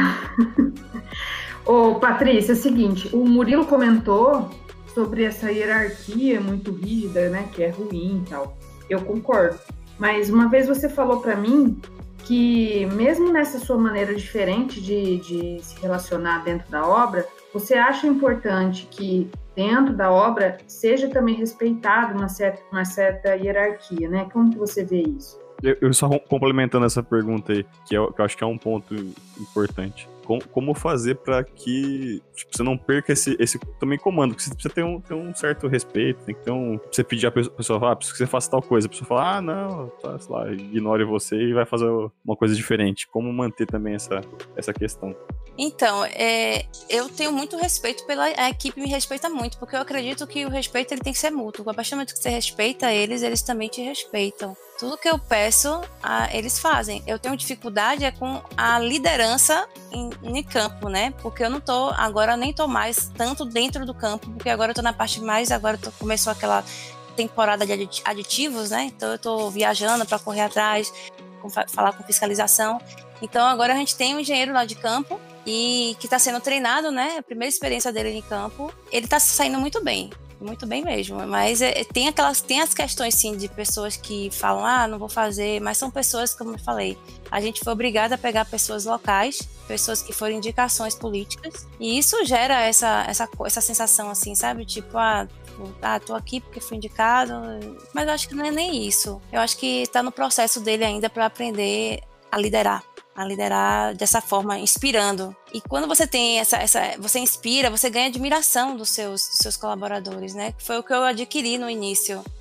Ô, Patrícia, é o seguinte, o Murilo comentou sobre essa hierarquia muito rígida, né? Que é ruim e tal. Eu concordo. Mas uma vez você falou para mim que mesmo nessa sua maneira diferente de, de se relacionar dentro da obra, você acha importante que dentro da obra seja também respeitada uma certa, uma certa hierarquia, né? Como que você vê isso? Eu, eu só complementando essa pergunta aí, que eu, que eu acho que é um ponto importante. Como, como fazer para que tipo, você não perca esse, esse também comando, que você precisa ter um, ter um certo respeito, tem que ter um... Você pedir a pessoa, ah, preciso que você faça tal coisa, a pessoa fala, ah, não, tá, sei lá, ignore você e vai fazer uma coisa diferente. Como manter também essa, essa questão? Então, é, eu tenho muito respeito pela... A equipe me respeita muito, porque eu acredito que o respeito ele tem que ser mútuo. A partir do momento que você respeita eles, eles também te respeitam. Tudo que eu peço, a, eles fazem. Eu tenho dificuldade é com a liderança em, em campo, né? Porque eu não tô, agora nem tô mais tanto dentro do campo, porque agora eu tô na parte mais, agora tô, começou aquela temporada de aditivos, né? Então eu tô viajando para correr atrás, com, falar com fiscalização. Então agora a gente tem um engenheiro lá de campo, e que está sendo treinado, né? A primeira experiência dele em campo, ele está saindo muito bem, muito bem mesmo. Mas é, tem aquelas, tem as questões sim de pessoas que falam, ah, não vou fazer, mas são pessoas, como eu falei, a gente foi obrigado a pegar pessoas locais, pessoas que foram indicações políticas, e isso gera essa, essa, essa sensação assim, sabe? Tipo, ah, ah, tô aqui porque fui indicado, mas eu acho que não é nem isso. Eu acho que está no processo dele ainda para aprender a liderar. a liderar dessa forma, inspirando. E quando você tem essa, essa você inspira, você ganha admiração dos seus, dos seus colaboradores, né? Foi o que eu adquiri no início.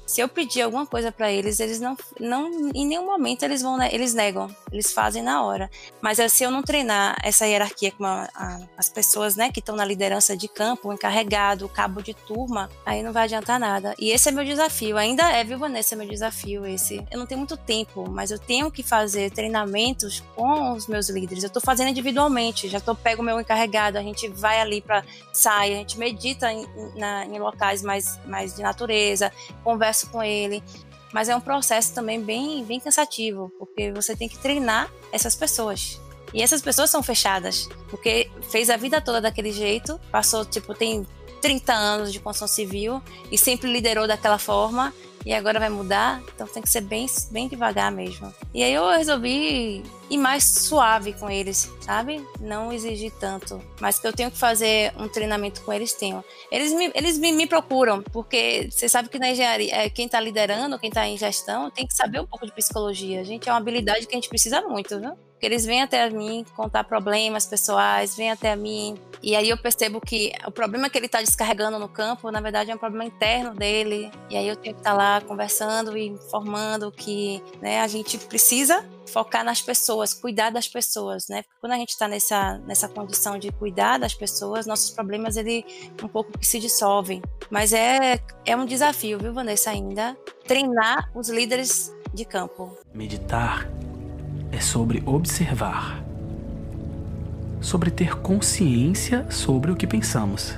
Se eu pedir alguma coisa para eles, eles não, não, em nenhum momento eles vão, eles negam, eles fazem na hora. Mas se eu não treinar essa hierarquia com a, a, as pessoas, né, que estão na liderança de campo, o encarregado, o cabo de turma, aí não vai adiantar nada. E esse é meu desafio, ainda é, viu, Vanessa, é meu desafio esse. Eu não tenho muito tempo, mas eu tenho que fazer treinamentos com os meus líderes. Eu tô fazendo individualmente, já tô, pego o meu encarregado, a gente vai ali para sair, a gente medita em, na, em locais mais, mais de natureza, conversa com ele, mas é um processo também bem, bem cansativo, porque você tem que treinar essas pessoas. E essas pessoas são fechadas, porque fez a vida toda daquele jeito, passou, tipo, tem trinta anos de construção civil e sempre liderou daquela forma, e agora vai mudar, então tem que ser bem, bem devagar mesmo. E aí eu resolvi ir mais suave com eles, sabe? Não exigir tanto, mas que eu tenho que fazer um treinamento com eles, tenho. Eles me, eles me, me procuram, porque você sabe que na engenharia, quem está liderando, quem está em gestão, tem que saber um pouco de psicologia. Gente, é uma habilidade que a gente precisa muito, viu? Porque eles vêm até a mim contar problemas pessoais, vêm até a mim, e aí eu percebo que o problema que ele está descarregando no campo, na verdade, é um problema interno dele, e aí eu tenho que estar lá conversando e informando que, né, a gente precisa focar nas pessoas, cuidar das pessoas, né? Porque quando a gente está nessa, nessa condição de cuidar das pessoas, nossos problemas, ele um pouco que se dissolvem. Mas é, é um desafio, viu, Vanessa, ainda, treinar os líderes de campo. Meditar é sobre observar, sobre ter consciência sobre o que pensamos.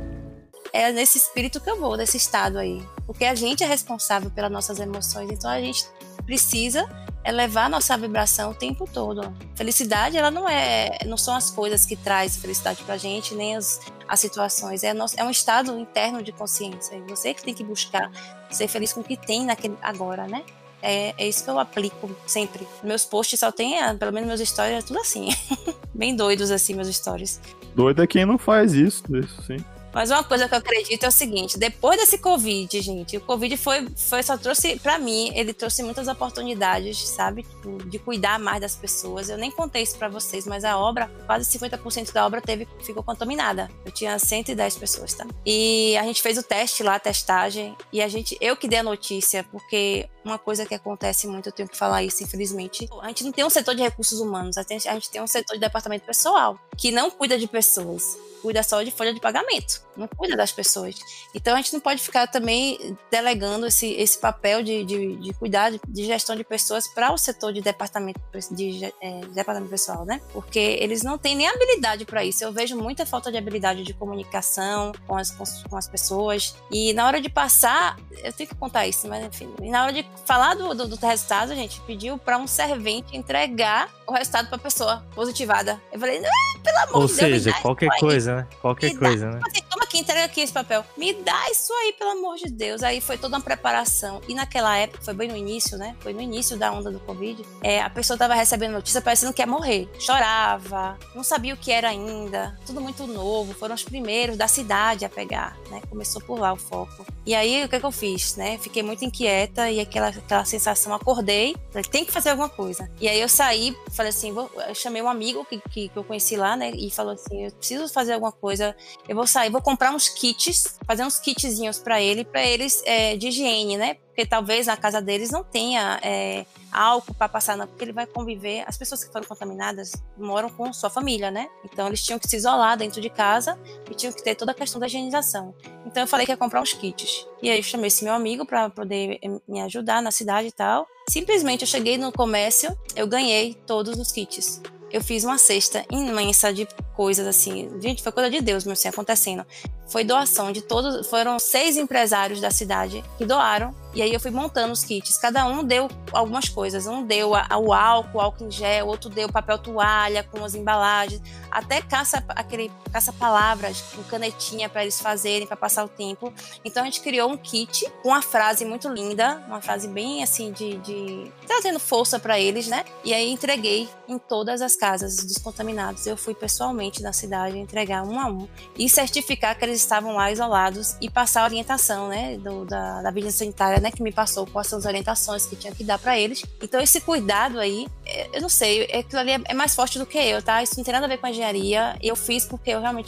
É nesse espírito que eu vou, desse estado aí. Porque a gente é responsável pelas nossas emoções, então a gente precisa elevar a nossa vibração o tempo todo. Felicidade, ela não é, não são as coisas que traz felicidade pra gente, nem as, as situações. É, nosso, é um estado interno de consciência. E você que tem que buscar ser feliz com o que tem naquele agora, né? É, é isso que eu aplico sempre. Meus posts só tem, pelo menos meus stories, é tudo assim. Bem doidos assim, meus stories. Doido é quem não faz isso, isso sim. Mas uma coisa que eu acredito é o seguinte, depois desse Covid, gente, o Covid foi, foi só trouxe, pra mim, ele trouxe muitas oportunidades, sabe, de cuidar mais das pessoas. Eu nem contei isso pra vocês, mas a obra, quase cinquenta por cento da obra teve, ficou contaminada. Eu tinha cento e dez pessoas, tá? E a gente fez o teste lá, a testagem, e a gente, eu que dei a notícia, porque uma coisa que acontece muito, eu tenho que falar isso, infelizmente, a gente não tem um setor de recursos humanos, a gente tem um setor de departamento pessoal, que não cuida de pessoas. Cuida só de folha de pagamento, não cuida das pessoas. Então a gente não pode ficar também delegando esse, esse papel de, de, de cuidar de, de gestão de pessoas para o setor de departamento, de, é, de departamento pessoal, né? Porque eles não têm nem habilidade para isso. Eu vejo muita falta de habilidade de comunicação com as, com as pessoas. E na hora de passar, eu tenho que contar isso, mas enfim, e na hora de falar do, do, do resultado, a gente pediu para um servente entregar o resultado para a pessoa positivada. Eu falei, ah, pelo amor Ou de Deus, seja, qualquer coisa, né? Qualquer me coisa, dá, né? assim, toma aqui, entrega aqui esse papel. Me dá isso aí, pelo amor de Deus. Aí foi toda uma preparação. E naquela época, foi bem no início, né? Foi no início da onda do Covid. É, a pessoa tava recebendo notícia parecendo que ia morrer. Chorava, não sabia o que era ainda. Tudo muito novo. Foram os primeiros da cidade a pegar, né? Começou por lá o foco. E aí, o que, que eu fiz, né? Fiquei muito inquieta e aquela, aquela sensação, acordei. Falei, tem que fazer alguma coisa. E aí eu saí, falei assim, vou, eu chamei um amigo que, que, que eu conheci lá, né? E falou assim, eu preciso fazer alguma coisa. Eu vou sair, vou comprar uns kits, fazer uns kitzinhos pra ele, pra eles é, de higiene, né? Porque talvez na casa deles não tenha é, álcool para passar, não, porque ele vai conviver. As pessoas que foram contaminadas moram com sua família, né? Então eles tinham que se isolar dentro de casa e tinham que ter toda a questão da higienização. Então eu falei que ia comprar uns kits. E aí eu chamei esse meu amigo para poder me ajudar na cidade e tal. Simplesmente eu cheguei no comércio, eu ganhei todos os kits. Eu fiz uma cesta imensa de coisas assim. Gente, foi coisa de Deus, meu, assim, acontecendo. Foi doação de todos, foram seis empresários da cidade que doaram. E aí eu fui montando os kits. Cada um deu algumas coisas. Um deu a, a, o álcool, álcool em gel, outro deu papel toalha com as embalagens, até caça, aquele caça-palavras com canetinha para eles fazerem, para passar o tempo. Então a gente criou um kit com uma frase muito linda, uma frase bem assim de, de... trazendo força para eles, né? E aí entreguei em todas as casas dos contaminados. Eu fui pessoalmente na cidade entregar um a um e certificar que eles estavam lá isolados e passar a orientação, né, do, da, da vigilância sanitária, né, que me passou quais são as orientações que tinha que dar para eles. Então esse cuidado aí, eu não sei, aquilo ali é mais forte do que eu, tá? Isso não tem nada a ver com a engenharia. Eu fiz porque eu realmente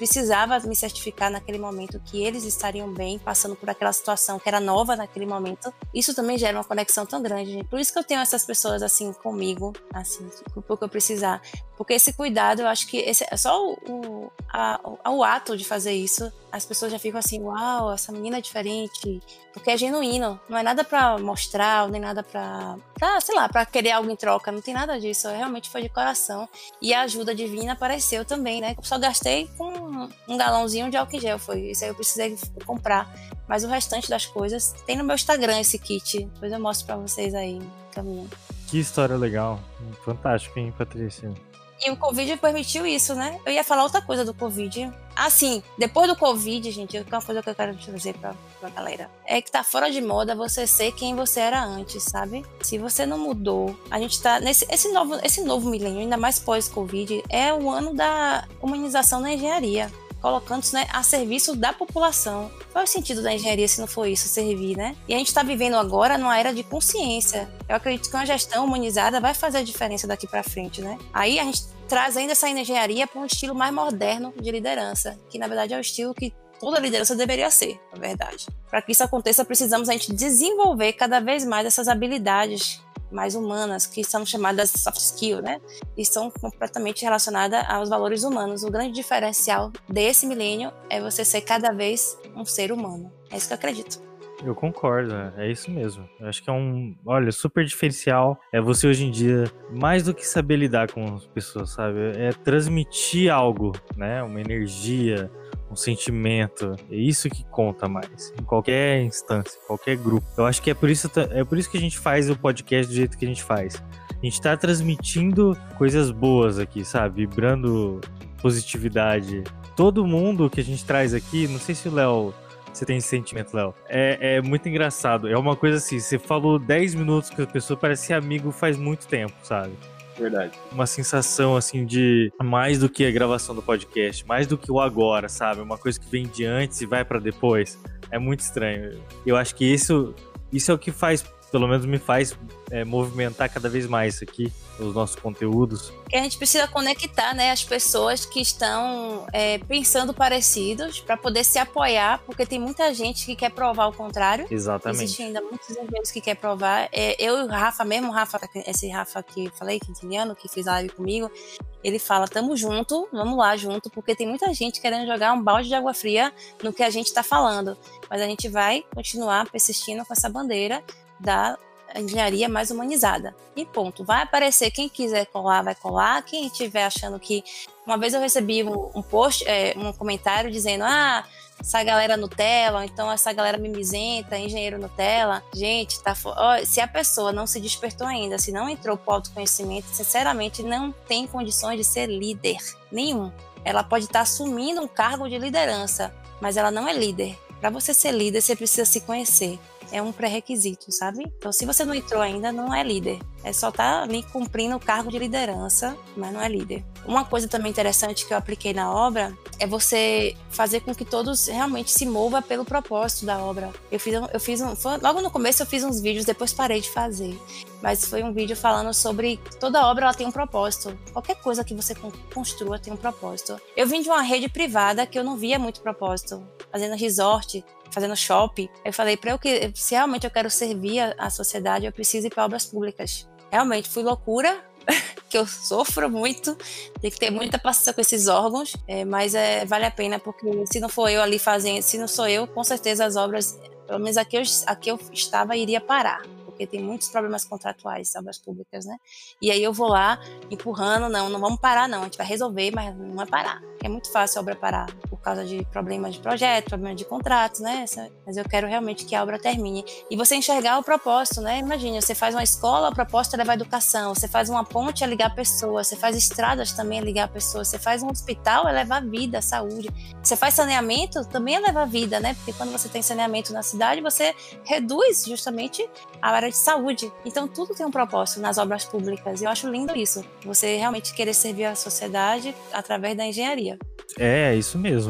precisava me certificar naquele momento que eles estariam bem, passando por aquela situação que era nova naquele momento. Isso também gera uma conexão tão grande, gente. Por isso que eu tenho essas pessoas assim comigo, assim, por que eu precisar. Porque esse cuidado, eu acho que esse, é só o, o, a, o, o ato de fazer isso, as pessoas já ficam assim, uau, essa menina é diferente, porque é genuíno, não é nada pra mostrar, nem nada pra, pra sei lá, pra querer algo em troca, não tem nada disso, realmente foi de coração. E a ajuda divina apareceu também, né? Eu só gastei com um galãozinho de álcool em gel, foi isso aí, eu precisei comprar. Mas o restante das coisas tem no meu Instagram esse kit, depois eu mostro pra vocês aí no caminho. Que história legal, fantástico, hein, Patrícia? E o Covid permitiu isso, né? Eu ia falar outra coisa do Covid. Assim, depois do Covid, gente, uma coisa que eu quero dizer pra, pra galera é que tá fora de moda você ser quem você era antes, sabe? Se você não mudou, a gente tá nesse esse novo, esse novo milênio, ainda mais pós-Covid, é o ano da humanização na engenharia, colocando-se, né, a serviço da população. Qual é o sentido da engenharia se não for isso, servir, né? E a gente está vivendo agora numa era de consciência. Eu acredito que uma gestão humanizada vai fazer a diferença daqui para frente, né? Aí a gente traz ainda essa engenharia para um estilo mais moderno de liderança, que na verdade é o estilo que toda liderança deveria ser, na verdade. Para que isso aconteça, precisamos a gente desenvolver cada vez mais essas habilidades mais humanas, que são chamadas soft skills, né? E são completamente relacionadas aos valores humanos. O grande diferencial desse milênio é você ser cada vez um ser humano. É isso que eu acredito. Eu concordo, é isso mesmo. Eu acho que é um, olha, super diferencial. É você hoje em dia, mais do que saber lidar com as pessoas, sabe? É transmitir algo, né? Uma energia, um sentimento. É isso que conta mais. Em qualquer instância, em qualquer grupo. Eu acho que é por isso, é por isso que a gente faz o podcast do jeito que a gente faz. A gente tá transmitindo coisas boas aqui, sabe? Vibrando positividade. Todo mundo que a gente traz aqui, não sei se o Léo... Você tem esse sentimento, Léo? É, é muito engraçado. É uma coisa assim, você falou dez minutos com a pessoa, parece ser amigo faz muito tempo, sabe? Verdade. Uma sensação, assim, de mais do que a gravação do podcast, mais do que o agora, sabe? Uma coisa que vem de antes e vai pra depois. É muito estranho. Eu acho que isso, isso é o que faz, pelo menos me faz é, movimentar cada vez mais isso aqui, os nossos conteúdos. Que a gente precisa conectar, né, as pessoas que estão é, pensando parecidos para poder se apoiar, porque tem muita gente que quer provar o contrário. Exatamente. Existem ainda muitos engenheiros que querem provar. É, eu e o Rafa, mesmo o Rafa, esse Rafa que eu falei, quintiliano, que fez live comigo, ele fala, tamo junto, vamos lá junto, porque tem muita gente querendo jogar um balde de água fria no que a gente tá falando. Mas a gente vai continuar persistindo com essa bandeira da engenharia mais humanizada. E ponto. Vai aparecer, quem quiser colar, vai colar. Quem estiver achando que... Uma vez eu recebi um, um post, é, um comentário dizendo, ah, essa galera Nutella, ou então essa galera mimizenta, engenheiro Nutella. Gente, tá fo... oh, se a pessoa não se despertou ainda, se não entrou pro autoconhecimento, sinceramente, não tem condições de ser líder nenhum. Ela pode estar assumindo um cargo de liderança, mas ela não é líder. Para você ser líder, você precisa se conhecer. É um pré-requisito, sabe? Então, se você não entrou ainda, não é líder. É só estar ali cumprindo o cargo de liderança, mas não é líder. Uma coisa também interessante que eu apliquei na obra é você fazer com que todos realmente se movam pelo propósito da obra. Eu fiz, eu fiz um, foi, logo no começo eu fiz uns vídeos, depois parei de fazer. Mas foi um vídeo falando sobre toda obra ela tem um propósito. Qualquer coisa que você construa tem um propósito. Eu vim de uma rede privada que eu não via muito propósito. Fazendo resort, fazendo shopping. Eu falei, para eu que se realmente eu quero servir a, a sociedade, eu preciso ir para obras públicas. Realmente, foi loucura, que eu sofro muito, tem que ter muita paciência com esses órgãos, é, mas é, vale a pena, porque se não for eu ali fazendo, se não sou eu, com certeza as obras, pelo menos aqui eu, aqui eu estava, iria parar. Porque tem muitos problemas contratuais, obras públicas, né? E aí eu vou lá empurrando, não, não vamos parar não, a gente vai resolver, mas não vai parar. É muito fácil a obra parar por causa de problemas de projeto, problemas de contratos, né? Mas eu quero realmente que a obra termine. E você enxergar o propósito, né? Imagina, você faz uma escola, o propósito é levar educação, você faz uma ponte, é ligar pessoas, você faz estradas também, é ligar pessoas, você faz um hospital, é levar vida, saúde. Você faz saneamento, também é levar vida, né? Porque quando você tem saneamento na cidade, você reduz justamente a área de saúde. Então tudo tem um propósito nas obras públicas e eu acho lindo isso, você realmente querer servir a sociedade através da engenharia. É, isso mesmo.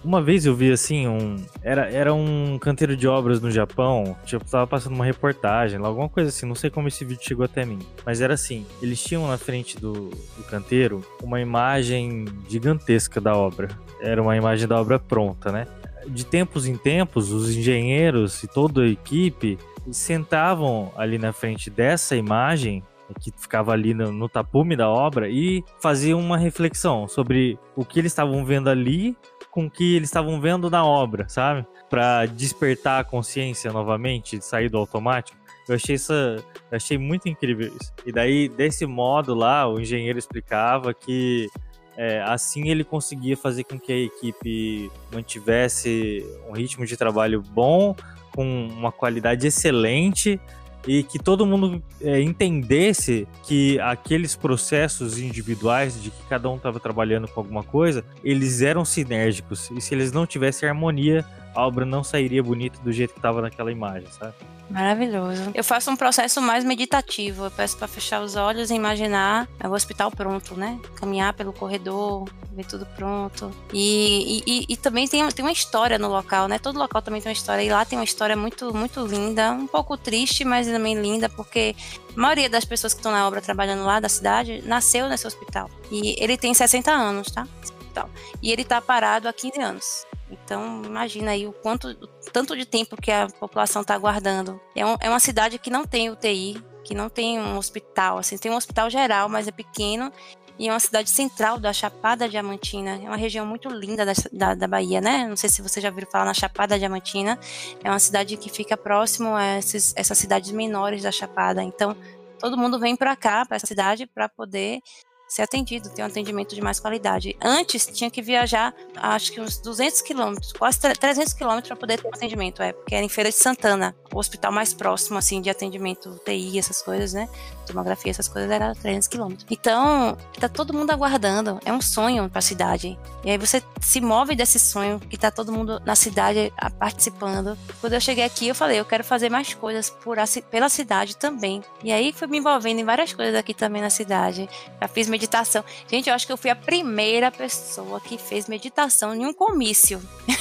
Uma vez eu vi assim, um era, era um canteiro de obras no Japão, tipo, tava passando uma reportagem, alguma coisa assim, não sei como esse vídeo chegou até mim, mas era assim, eles tinham na frente do, do canteiro uma imagem gigantesca da obra, era uma imagem da obra pronta, né? De tempos em tempos, os engenheiros e toda a equipe sentavam ali na frente dessa imagem, que ficava ali no, no tapume da obra, e faziam uma reflexão sobre o que eles estavam vendo ali com o que eles estavam vendo na obra, sabe? Para despertar a consciência novamente, sair do automático. Eu achei isso, eu achei muito incrível isso. E daí, desse modo lá, o engenheiro explicava que É, assim ele conseguia fazer com que a equipe mantivesse um ritmo de trabalho bom, com uma qualidade excelente, e que todo mundo é, entendesse que aqueles processos individuais de que cada um estava trabalhando com alguma coisa, eles eram sinérgicos, e se eles não tivessem harmonia, a obra não sairia bonita do jeito que estava naquela imagem, sabe? Maravilhoso. Eu faço um processo mais meditativo. Eu peço para fechar os olhos e imaginar o hospital pronto, né? Caminhar pelo corredor, ver tudo pronto. E, e, e também tem, tem uma história no local, né? Todo local também tem uma história. E lá tem uma história muito, muito linda, um pouco triste, mas também linda, porque a maioria das pessoas que estão na obra trabalhando lá da cidade nasceu nesse hospital. E ele tem sessenta anos, tá? Esse hospital. E ele tá parado há quinze anos. Então, imagina aí o quanto, o tanto de tempo que a população está aguardando. É, um, é uma cidade que não tem U T I, que não tem um hospital, assim, tem um hospital geral, mas é pequeno, e é uma cidade central da Chapada Diamantina. É uma região muito linda da, da, da Bahia, né? Não sei se vocês já ouviram falar na Chapada Diamantina. É uma cidade que fica próximo a esses, essas cidades menores da Chapada. Então, todo mundo vem para cá, para essa cidade, para poder ser atendido, ter um atendimento de mais qualidade. Antes, tinha que viajar, acho que uns duzentos quilômetros, quase trezentos quilômetros para poder ter um atendimento, é, porque era em Feira de Santana, o hospital mais próximo, assim, de atendimento, U T I, essas coisas, né, tomografia, essas coisas, era trezentos quilômetros. Então, tá todo mundo aguardando, é um sonho para a cidade, e aí você se move desse sonho, que tá todo mundo na cidade participando. Quando eu cheguei aqui, eu falei, eu quero fazer mais coisas por a, pela cidade também, e aí fui me envolvendo em várias coisas aqui também na cidade. Já fiz meditação. Gente, eu acho que eu fui a primeira pessoa que fez meditação em um comício.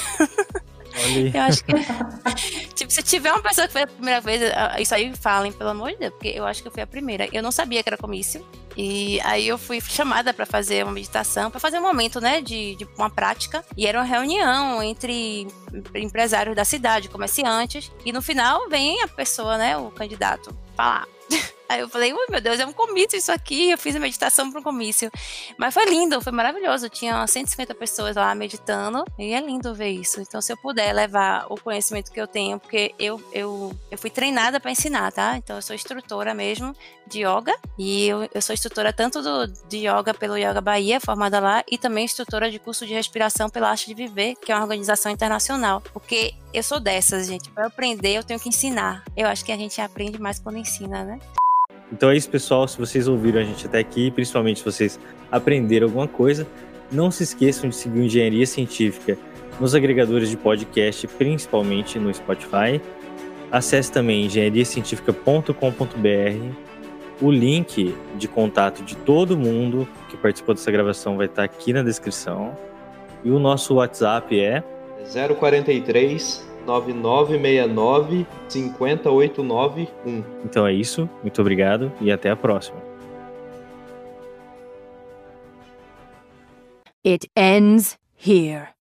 Olha. Eu acho que, tipo, se tiver uma pessoa que foi a primeira vez, isso aí falem, pelo amor de Deus, porque eu acho que eu fui a primeira. Eu não sabia que era comício. E aí eu fui chamada para fazer uma meditação, para fazer um momento, né, de, de uma prática. E era uma reunião entre empresários da cidade, comerciantes. E no final vem a pessoa, né, o candidato, falar. Aí eu falei, ui, meu Deus, é um comício isso aqui. Eu fiz a meditação para um comício. Mas foi lindo, foi maravilhoso. Tinha umas cento e cinquenta pessoas lá meditando. E é lindo ver isso. Então, se eu puder levar o conhecimento que eu tenho, porque eu, eu, eu fui treinada para ensinar, tá? Então, eu sou instrutora mesmo de yoga. E eu, eu sou instrutora tanto do, de yoga pelo Yoga Bahia, formada lá, e também instrutora de curso de respiração pela Arte de Viver, que é uma organização internacional. Porque eu sou dessas, gente. Para aprender, eu tenho que ensinar. Eu acho que a gente aprende mais quando ensina, né? Então é isso, pessoal. Se vocês ouviram a gente até aqui, principalmente se vocês aprenderam alguma coisa, não se esqueçam de seguir o Engenharia Científica nos agregadores de podcast, principalmente no Spotify. Acesse também engenharia científica ponto com ponto b r. O link de contato de todo mundo que participou dessa gravação vai estar aqui na descrição. E o nosso WhatsApp é zero quarenta e três, nove nove seis nove, cinco oito nove um. Então é isso, muito obrigado e até a próxima. It ends here.